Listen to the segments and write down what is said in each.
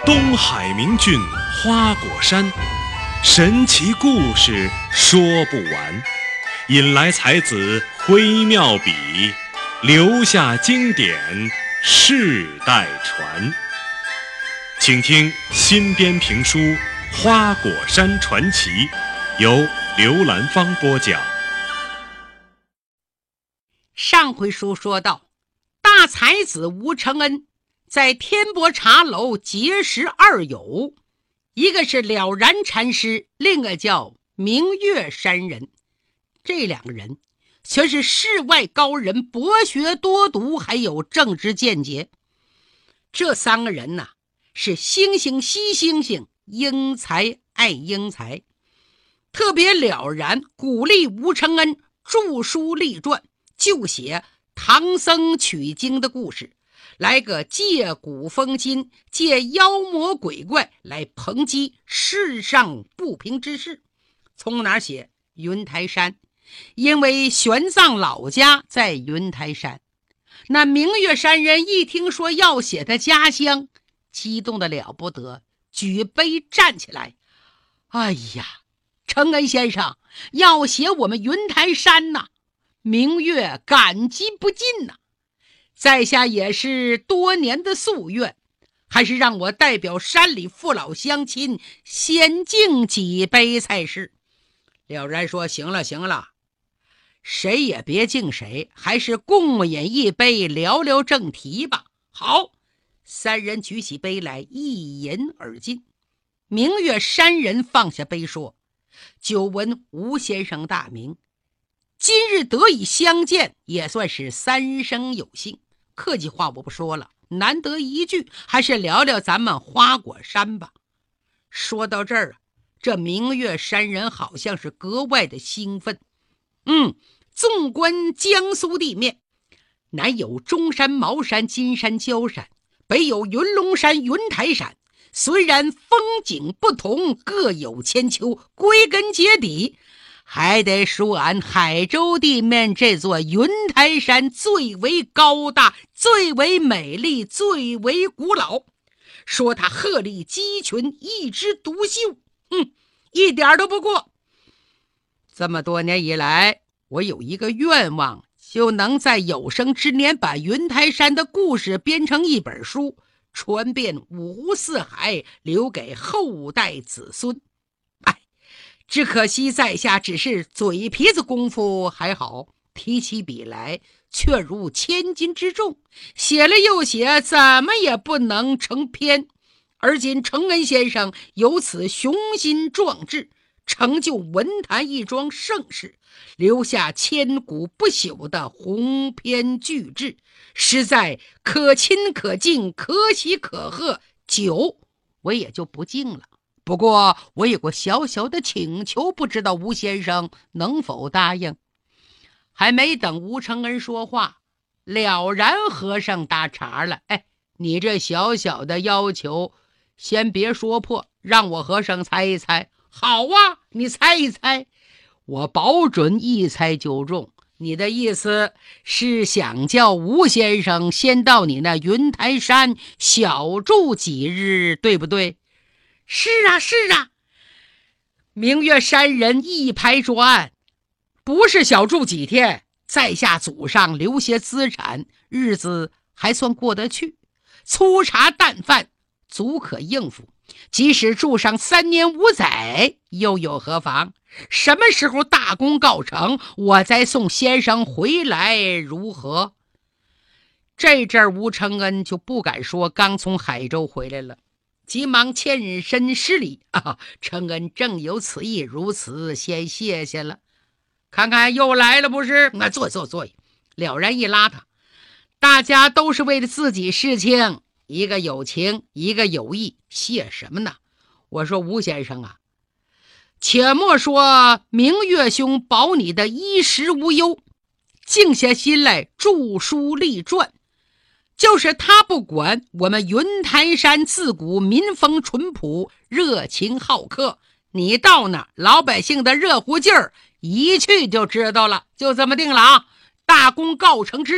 东海名郡花果山，神奇故事说不完，引来才子挥妙笔，留下经典世代传。请听新编评书《花果山传奇》，由刘兰芳播讲。 上回书说到，大才子吴承恩在天波茶楼结识二友，一个是了然禅师，另一个叫明月山人。这两个人却是世外高人，博学多读，还有正直见节。这三个人呐，是星星惜星星，英才爱英才。特别了然鼓励吴承恩著书立传，就写唐僧取经的故事，来个借古讽今，借妖魔鬼怪来抨击世上不平之事。从哪儿写？云台山，因为玄奘老家在云台山。那明月山人一听说要写他家乡，激动得了不得，举杯站起来，哎呀，承恩先生要写我们云台山呐，明月感激不尽呐。在下也是多年的夙愿，还是让我代表山里父老乡亲先敬几杯才是。了然说，行了行了，谁也别敬谁，还是共饮一杯，聊聊正题吧。好，三人举起杯来，一饮而尽。明月山人放下杯说，久闻吴先生大名，今日得以相见，也算是三生有幸。客气话我不说了，难得一聚，还是聊聊咱们花果山吧。说到这儿，这明月山人好像是格外的兴奋。纵观江苏地面，南有中山、茅山、金山、焦山，北有云龙山、云台山。虽然风景不同，各有千秋，归根结底还得说俺海州地面这座云台山最为高大，最为美丽，最为古老。说它鹤立鸡群，一枝独秀，一点都不过。这么多年以来，我有一个愿望，就能在有生之年把云台山的故事编成一本书，传遍五湖四海，留给后代子孙。只可惜在下只是嘴皮子功夫还好，提起笔来却如千斤之重，写了又写，怎么也不能成篇。而今承恩先生有此雄心壮志，成就文坛一桩盛事，留下千古不朽的鸿篇巨制，实在可亲可敬，可喜可贺。酒我也就不敬了，不过我有个小小的请求，不知道吴先生能否答应。还没等吴承恩说话，了然和尚搭茬了。你这小小的要求先别说破，让我和尚猜一猜。好啊，你猜一猜，我保准一猜就中。你的意思是想叫吴先生先到你那云台山小住几日，对不对？是啊是啊，明月山人一拍桌案，不是小住几天，在下祖上留些资产，日子还算过得去，粗茶淡饭足可应付，即使住上3年5载又有何妨？什么时候大功告成，我再送先生回来如何？这阵儿吴承恩就不敢说刚从海州回来了，急忙欠身施礼。承恩正有此意，如此先谢谢了。看看又来了不是？坐。了然一拉他，大家都是为了自己事情，一个有情，一个有义，谢什么呢？我说吴先生啊，且莫说明月兄保你的衣食无忧，静下心来著书立传，就是他不管，我们云台山自古民风淳朴，热情好客，你到那老百姓的热乎劲儿一去就知道了。就这么定了啊！大功告成之日，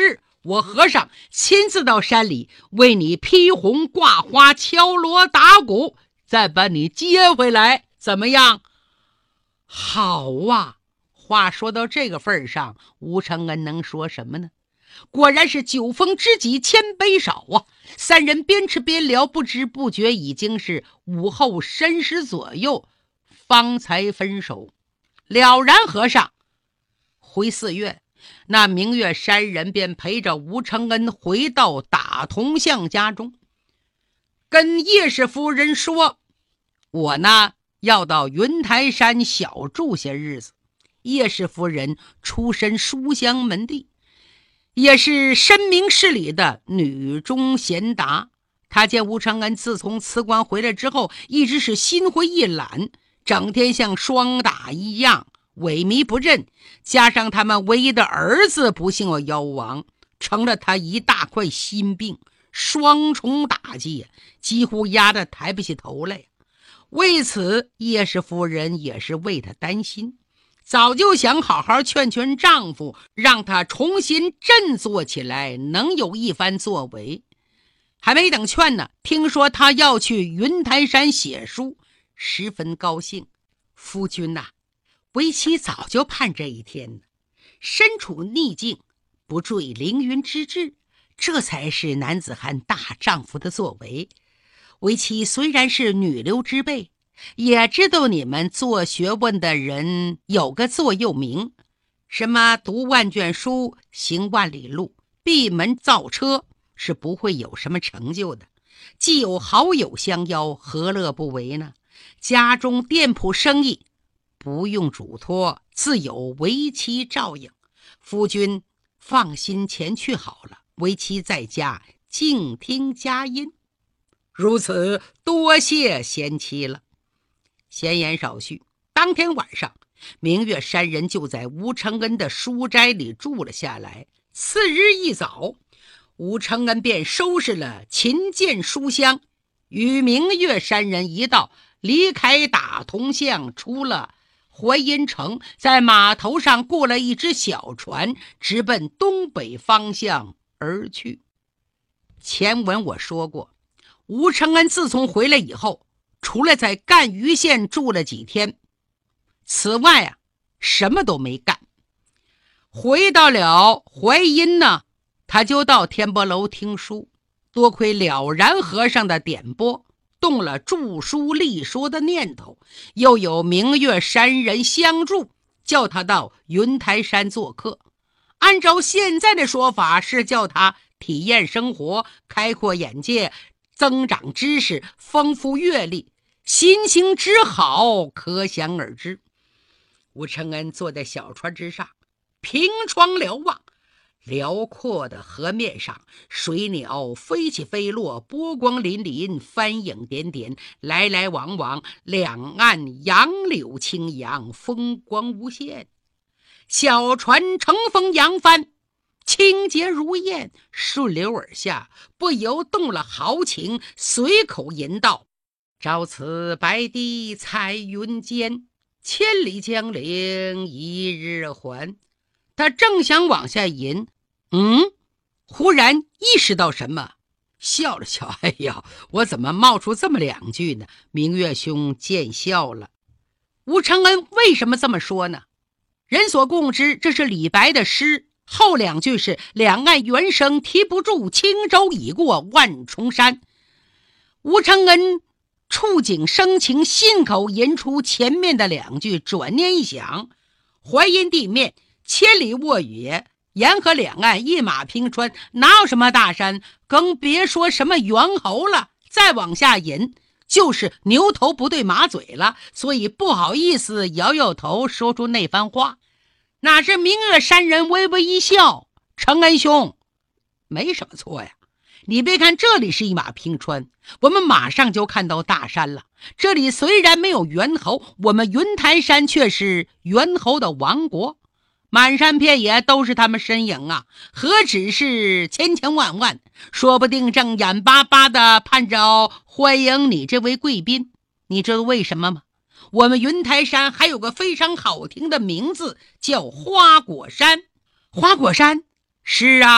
我和尚亲自到山里为你披红挂花，敲锣打鼓，再把你接回来，怎么样？好啊！话说到这个份上，吴承恩能说什么呢？果然是酒逢知己千杯少啊！三人边吃边聊，不知不觉已经是午后申时左右，方才分手。了然和尚回寺院，那明月山人便陪着吴承恩回到打铜匠家中，跟叶氏夫人说：“我呢要到云台山小住些日子。”叶氏夫人出身书香门第，也是深明事理的女中贤达。她见吴承恩自从辞官回来之后，一直是心灰意懒，整天像霜打一样萎靡不振，加上他们唯一的儿子不幸夭亡，成了他一大块心病，双重打击，几乎压得抬不起头来。为此叶氏夫人也是为他担心，早就想好好劝劝丈夫，让他重新振作起来，能有一番作为。还没等劝呢，听说他要去云台山写书，十分高兴。夫君呐，为妻早就盼这一天呢。身处逆境，不坠凌云之志，这才是男子汉大丈夫的作为。为妻虽然是女流之辈，也知道你们做学问的人有个座右铭，什么读万卷书，行万里路，闭门造车，是不会有什么成就的。既有好友相邀，何乐不为呢？家中店铺生意不用嘱托，自有为妻照应。夫君放心前去好了，为妻在家静听佳音。如此多谢贤妻了。闲言少叙，当天晚上，明月山人就在吴承恩的书斋里住了下来。次日一早，吴承恩便收拾了琴剑书香，与明月山人一道离开打铜巷，出了淮阴城，在码头上过了一只小船，直奔东北方向而去。前文我说过，吴承恩自从回来以后，除了在赣榆县住了几天，此外什么都没干。回到了淮阴呢，他就到天波楼听书，多亏了然和尚的点拨，动了著书立说的念头，又有明月山人相助，叫他到云台山做客。按照现在的说法，是叫他体验生活，开阔眼界，增长知识，丰富阅历，心情之好可想而知。吴承恩坐在小船之上，凭窗瞭望，辽阔的河面上，水鸟飞起飞落，波光粼粼，帆影点点，来来往往，两岸杨柳青扬，风光无限。小船乘风扬帆，清洁如燕，顺流而下，不由动了豪情，随口吟道：朝辞白帝彩云间，千里江陵一日还。他正想往下吟，忽然意识到什么，笑了笑，哎呀，我怎么冒出这么两句呢？明月兄见笑了。吴承恩为什么这么说呢？人所共知，这是李白的诗，后两句是两岸猿声啼不住，轻舟已过万重山。吴承恩触景生情，信口吟出前面的两句，转念一想，淮阴地面千里沃野，沿河两岸一马平川，哪有什么大山，更别说什么猿猴了。再往下引，就是牛头不对马嘴了，所以不好意思摇摇头，说出那番话。哪知明月山人微微一笑：承恩兄，没什么错呀，你别看这里是一马平川，我们马上就看到大山了。这里虽然没有猿猴，我们云台山却是猿猴的王国，满山遍野都是他们身影啊，何止是千千万万，说不定正眼巴巴的盼着欢迎你这位贵宾。你知道为什么吗？我们云台山还有个非常好听的名字，叫花果山。花果山？是啊，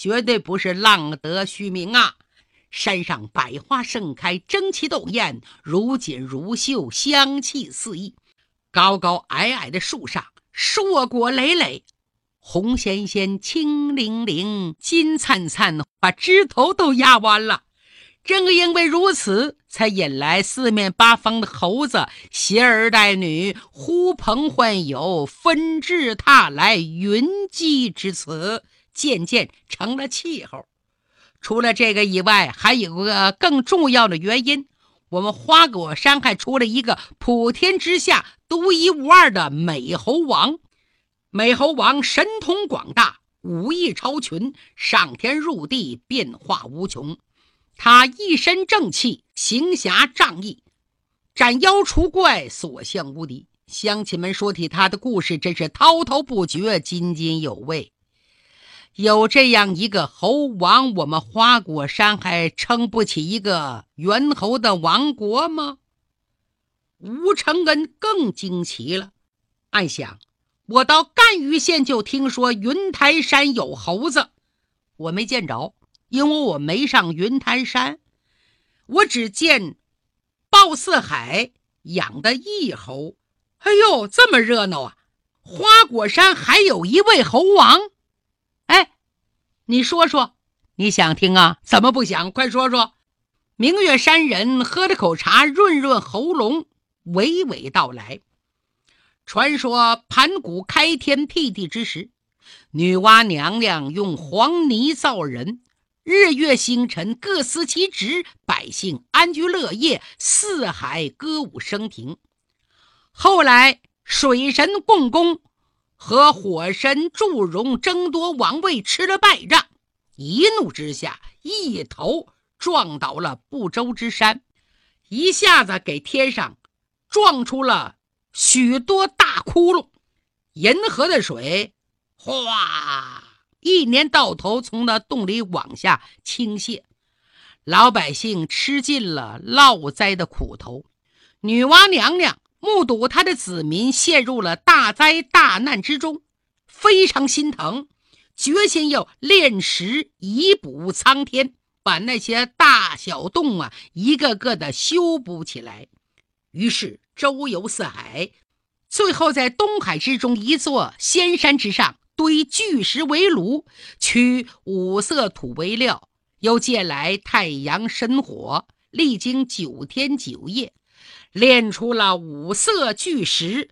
绝对不是浪得虚名啊！山上百花盛开，争奇斗艳，如锦如绣，香气四溢。高高矮矮的树上，硕果累累，红鲜鲜，青灵灵，金灿灿，把枝头都压弯了。正因为如此，才引来四面八方的猴子携儿带女，呼朋唤友，纷至沓来，云集之此，渐渐成了气候。除了这个以外，还有个更重要的原因，我们花果山还出了一个普天之下独一无二的美猴王。美猴王神通广大，武艺超群，上天入地，变化无穷。他一身正气，行侠仗义，斩妖除怪，所向无敌。乡亲们说起他的故事，真是滔滔不绝，津津有味。有这样一个猴王，我们花果山还撑不起一个猿猴的王国吗？吴承恩更惊奇了，暗想，我到赣榆县就听说云台山有猴子，我没见着，因为我没上云台山，我只见鲍四海养的异猴。哎呦，这么热闹啊！花果山还有一位猴王。哎，你说说，你想听啊？怎么不想？快说说。明月山人喝了口茶，润润喉咙，娓娓道来。传说盘古开天辟地之时，女娲娘娘用黄泥造人，日月星辰各司其职，百姓安居乐业，四海歌舞升平。后来水神共工和火神祝融争夺王位，吃了败仗，一怒之下一头撞倒了不周之山，一下子给天上撞出了许多大窟窿，银河的水哗一年到头从那洞里往下倾泻，老百姓吃尽了涝灾的苦头。女娲娘娘目睹他的子民陷入了大灾大难之中，非常心疼，决心要炼石以补苍天，把那些大小洞一个个的修补起来。于是周游四海，最后在东海之中一座仙山之上堆巨石为炉，取五色土为料，又借来太阳神火，历经9天9夜，炼出了五色巨石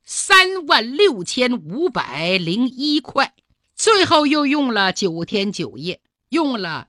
36501块，最后又用了9天9夜，用了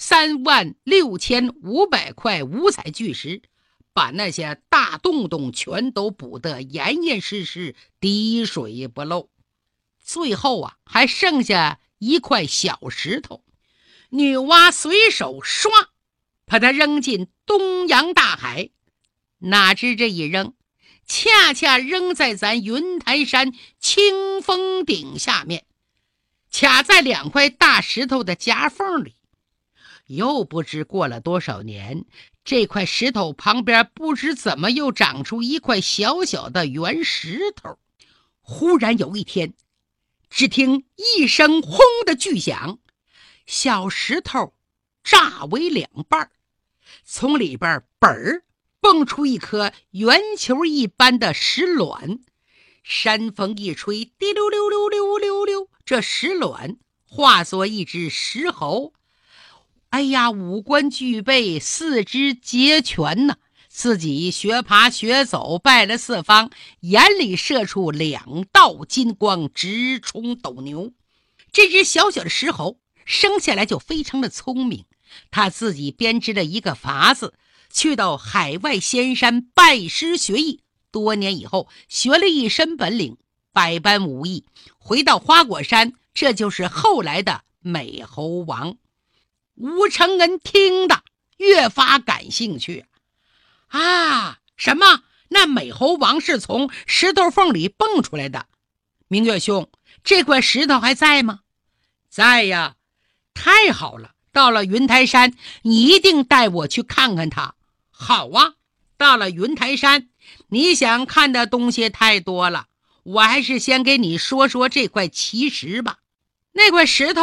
36500块五彩巨石，把那些大洞洞全都补得严严实实，滴水不漏。最后还剩下一块小石头，女娲随手刷把它扔进东洋大海，哪知这一扔，恰恰扔在咱云台山清风顶下面，卡在2块大石头的夹缝里。又不知过了多少年，这块石头旁边不知怎么又长出一块小小的圆石头。忽然有一天，只听一声轰的巨响，小石头炸为2半，从里边蹦出一颗圆球一般的石卵，山风一吹，滴溜溜溜溜溜溜，这石卵化作一只石猴。哎呀，五官俱备，四肢皆全呢，自己学爬学走，拜了四方，眼里射出2道金光，直冲斗牛。这只小小的石猴生下来就非常的聪明，他自己编织了一个法子，去到海外仙山拜师学艺，多年以后学了一身本领，百般武艺，回到花果山，这就是后来的美猴王。吴承恩听得越发感兴趣什么？那美猴王是从石头缝里蹦出来的？明月兄，这块石头还在吗？在呀。太好了，到了云台山，你一定带我去看看它。好啊，到了云台山，你想看的东西太多了，我还是先给你说说这块奇石吧。那块石头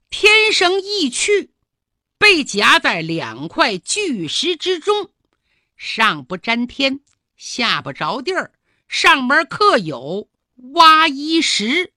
天生异趣，被夹在2块巨石之中，上不沾天，下不着地儿，上面刻有挖一石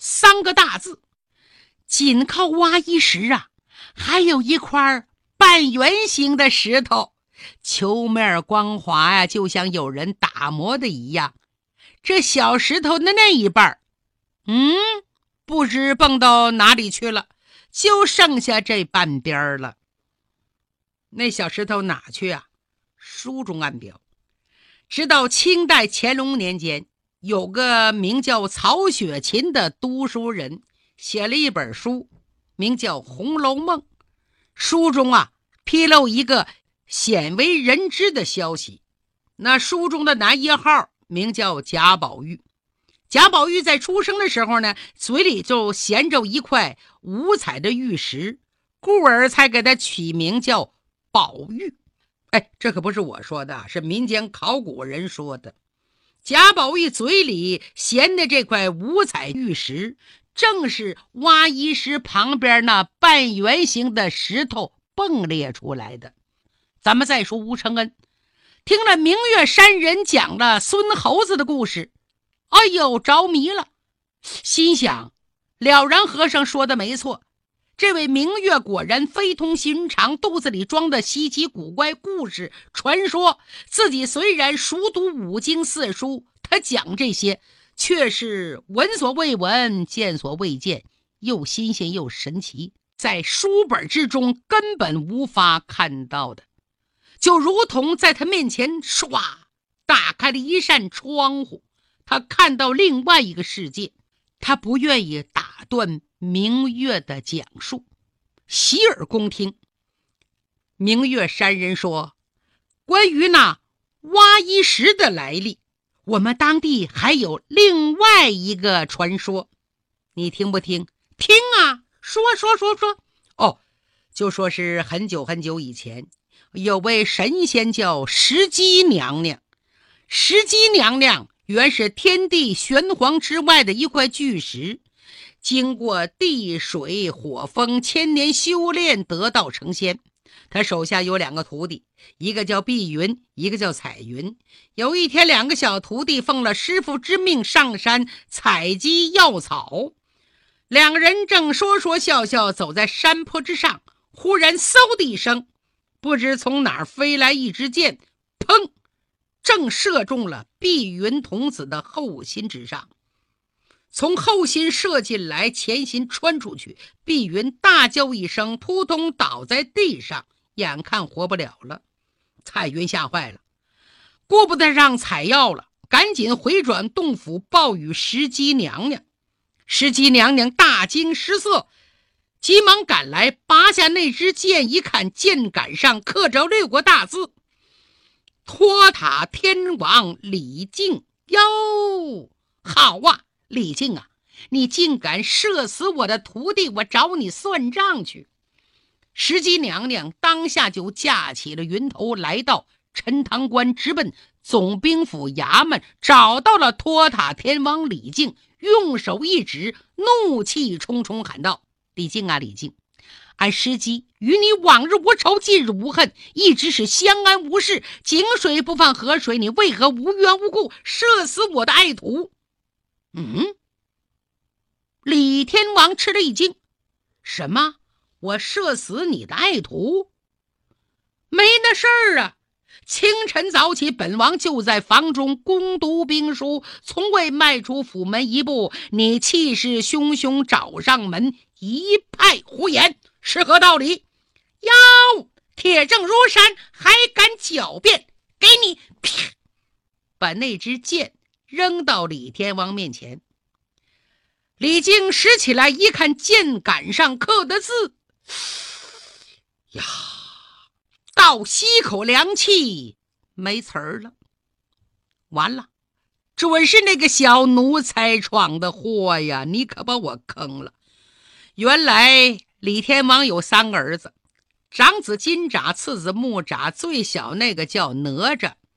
3个大字。紧靠挖一石啊，还有一块半圆形的石头，球面光滑呀，就像有人打磨的一样。这小石头的那一半，不知蹦到哪里去了，就剩下这半边了。那小石头哪去啊？书中暗表，直到清代乾隆年间，有个名叫曹雪芹的读书人写了一本书，名叫《红楼梦》。书中披露一个鲜为人知的消息，那书中的男1号名叫贾宝玉。贾宝玉在出生的时候呢，嘴里就衔着一块五彩的玉石，故而才给他取名叫宝玉。这可不是我说的，是民间考古人说的。贾宝玉嘴里衔的这块五彩玉石，正是挖一石旁边那半圆形的石头迸裂出来的。咱们再说吴承恩，听了明月山人讲了孙猴子的故事，哎呦，着迷了，心想了然和尚说的没错，这位明月果然非同寻常，肚子里装的稀奇古怪故事传说，自己虽然熟读5经4书，他讲这些却是闻所未闻，见所未见，又新鲜又神奇，在书本之中根本无法看到的。就如同在他面前唰打开了一扇窗户，他看到另外一个世界。他不愿意打断明月的讲述，洗耳恭听。明月山人说，关于那挖一石的来历，我们当地还有另外一个传说，你听不听？听啊，说。就说是很久很久以前，有位神仙叫石矶娘娘。石矶娘娘原是天地玄黄之外的一块巨石，经过地水火风千年修炼得道成仙。他手下有2个徒弟，一个叫碧云，一个叫彩云。有一天，2个小徒弟奉了师傅之命上山采集药草。2个人正说笑笑走在山坡之上，忽然嗖的一声，不知从哪儿飞来一支箭，砰，正射中了碧云童子的后心之上。从后心射进来，前心穿出去，碧云大叫一声，扑通倒在地上，眼看活不了了。彩云吓坏了，顾不得让采药了，赶紧回转洞府报与石矶娘娘。石矶娘娘大惊失色，急忙赶来，拔下那支箭，一看箭杆上刻着6个大字：托塔天王李靖。哟，好啊，李靖啊，你竟敢射死我的徒弟，我找你算账去。石矶娘娘当下就架起了云头，来到陈塘关，直奔总兵府衙门，找到了托塔天王李靖，用手一指，怒气冲冲喊道：李靖啊，李靖，俺石矶与你往日无仇，近日无恨，一直是相安无事，井水不犯河水，你为何无缘无故射死我的爱徒？李天王吃了一惊，什么？我射死你的爱徒？没那事儿啊！清晨早起，本王就在房中攻读兵书，从未迈出府门一步，你气势汹汹找上门，一派胡言，是何道理？哟，铁证如山，还敢狡辩？给你！啪！把那支箭扔到李天王面前。李靖拾起来一看，箭杆上刻的字，呀，倒吸口凉气，没词儿了。完了，准是那个小奴才闯的祸呀！你可把我坑了。原来李天王有3个儿子，长子金吒，次子木吒，最小那个叫哪吒。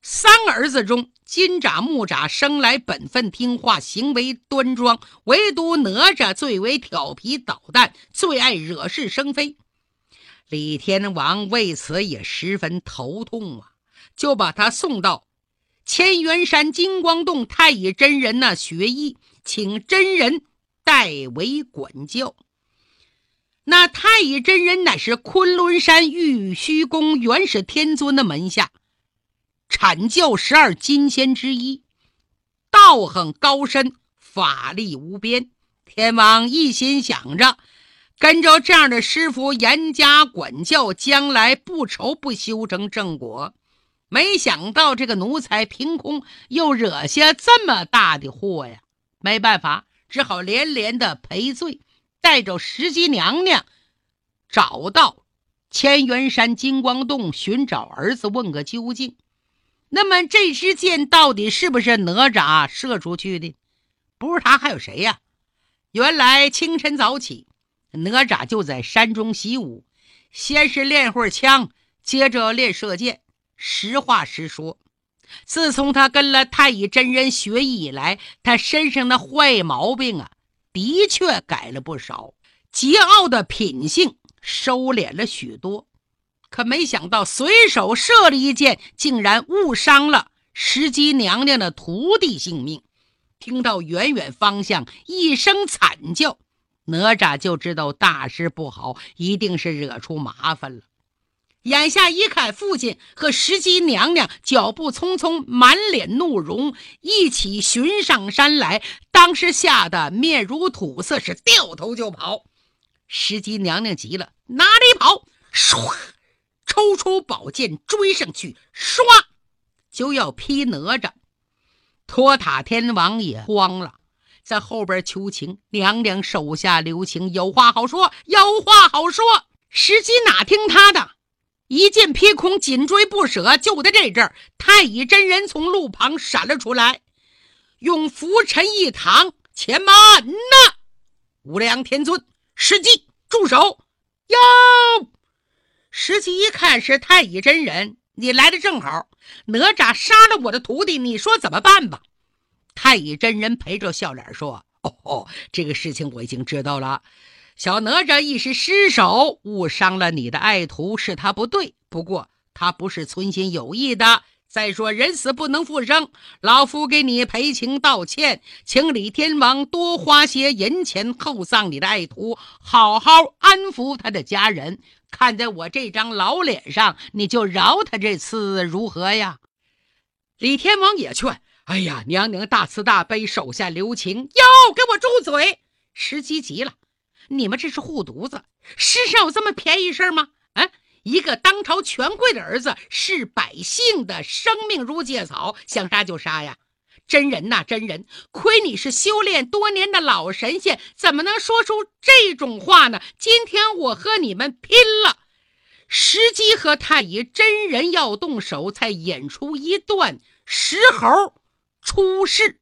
3个儿子中，金吒、木吒生来本分听话，行为端庄，唯独哪吒最为调皮捣蛋，最爱惹是生非。李天王为此也十分头痛啊，就把他送到千元山金光洞太乙真人那学艺，请真人代为管教。那太乙真人乃是昆仑山玉虚宫元始天尊的门下阐教12金仙之一，道行高深，法力无边。天王一心想着跟着这样的师傅严加管教，将来不愁不修成正果。没想到这个奴才凭空又惹下这么大的祸呀！没办法，只好连连的赔罪，带着石矶娘娘找到千元山金光洞寻找儿子，问个究竟。那么这支箭到底是不是哪吒射出去的？不是他还有谁呀？原来清晨早起，哪吒就在山中习武，先是练会儿枪，接着练射箭。实话实说，自从他跟了太乙真人学艺以来，他身上的坏毛病啊，的确改了不少，桀骜的品性收敛了许多。可没想到随手射了一箭，竟然误伤了石矶娘娘的徒弟性命。听到远远方向一声惨叫，哪吒就知道大事不好，一定是惹出麻烦了。眼下一看父亲和石矶娘娘脚步匆匆，满脸怒容，一起寻上山来，当时吓得面如土色，是掉头就跑。石矶娘娘急了，哪里跑？唰，抽出宝剑追上去，唰就要劈哪吒。托塔天王也慌了，在后边求情，娘娘手下留情，有话好说，有话好说。石矶哪听他的，一剑劈空，紧追不舍。就在这阵儿，太乙真人从路旁闪了出来，用拂尘一搪，且慢呐！无量天尊，石矶住手！哟！石矶一看是太乙真人，你来的正好，哪吒杀了我的徒弟，你说怎么办吧？太乙真人陪着笑脸说：这个事情我已经知道了，小哪吒一时失手误伤了你的爱徒，是他不对，不过他不是存心有意的。再说人死不能复生，老夫给你赔情道歉，请李天王多花些银钱厚葬你的爱徒，好好安抚他的家人。看在我这张老脸上，你就饶他这次如何呀？李天王也劝：哎呀，娘娘大慈大悲，手下留情。哟，给我住嘴！石矶急了，你们这是护犊子，世上有这么便宜事吗？一个当朝权贵的儿子，视百姓的生命如芥草，想杀就杀呀！真人呐，真人，亏你是修炼多年的老神仙，怎么能说出这种话呢？今天我和你们拼了！石矶和太乙真人要动手，才演出一段石猴出世。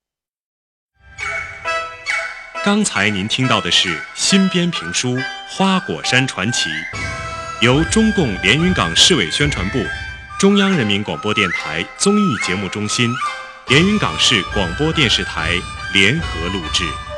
刚才您听到的是新编评书《花果山传奇》，由中共连云港市委宣传部、中央人民广播电台综艺节目中心、连云港市广播电视台联合录制。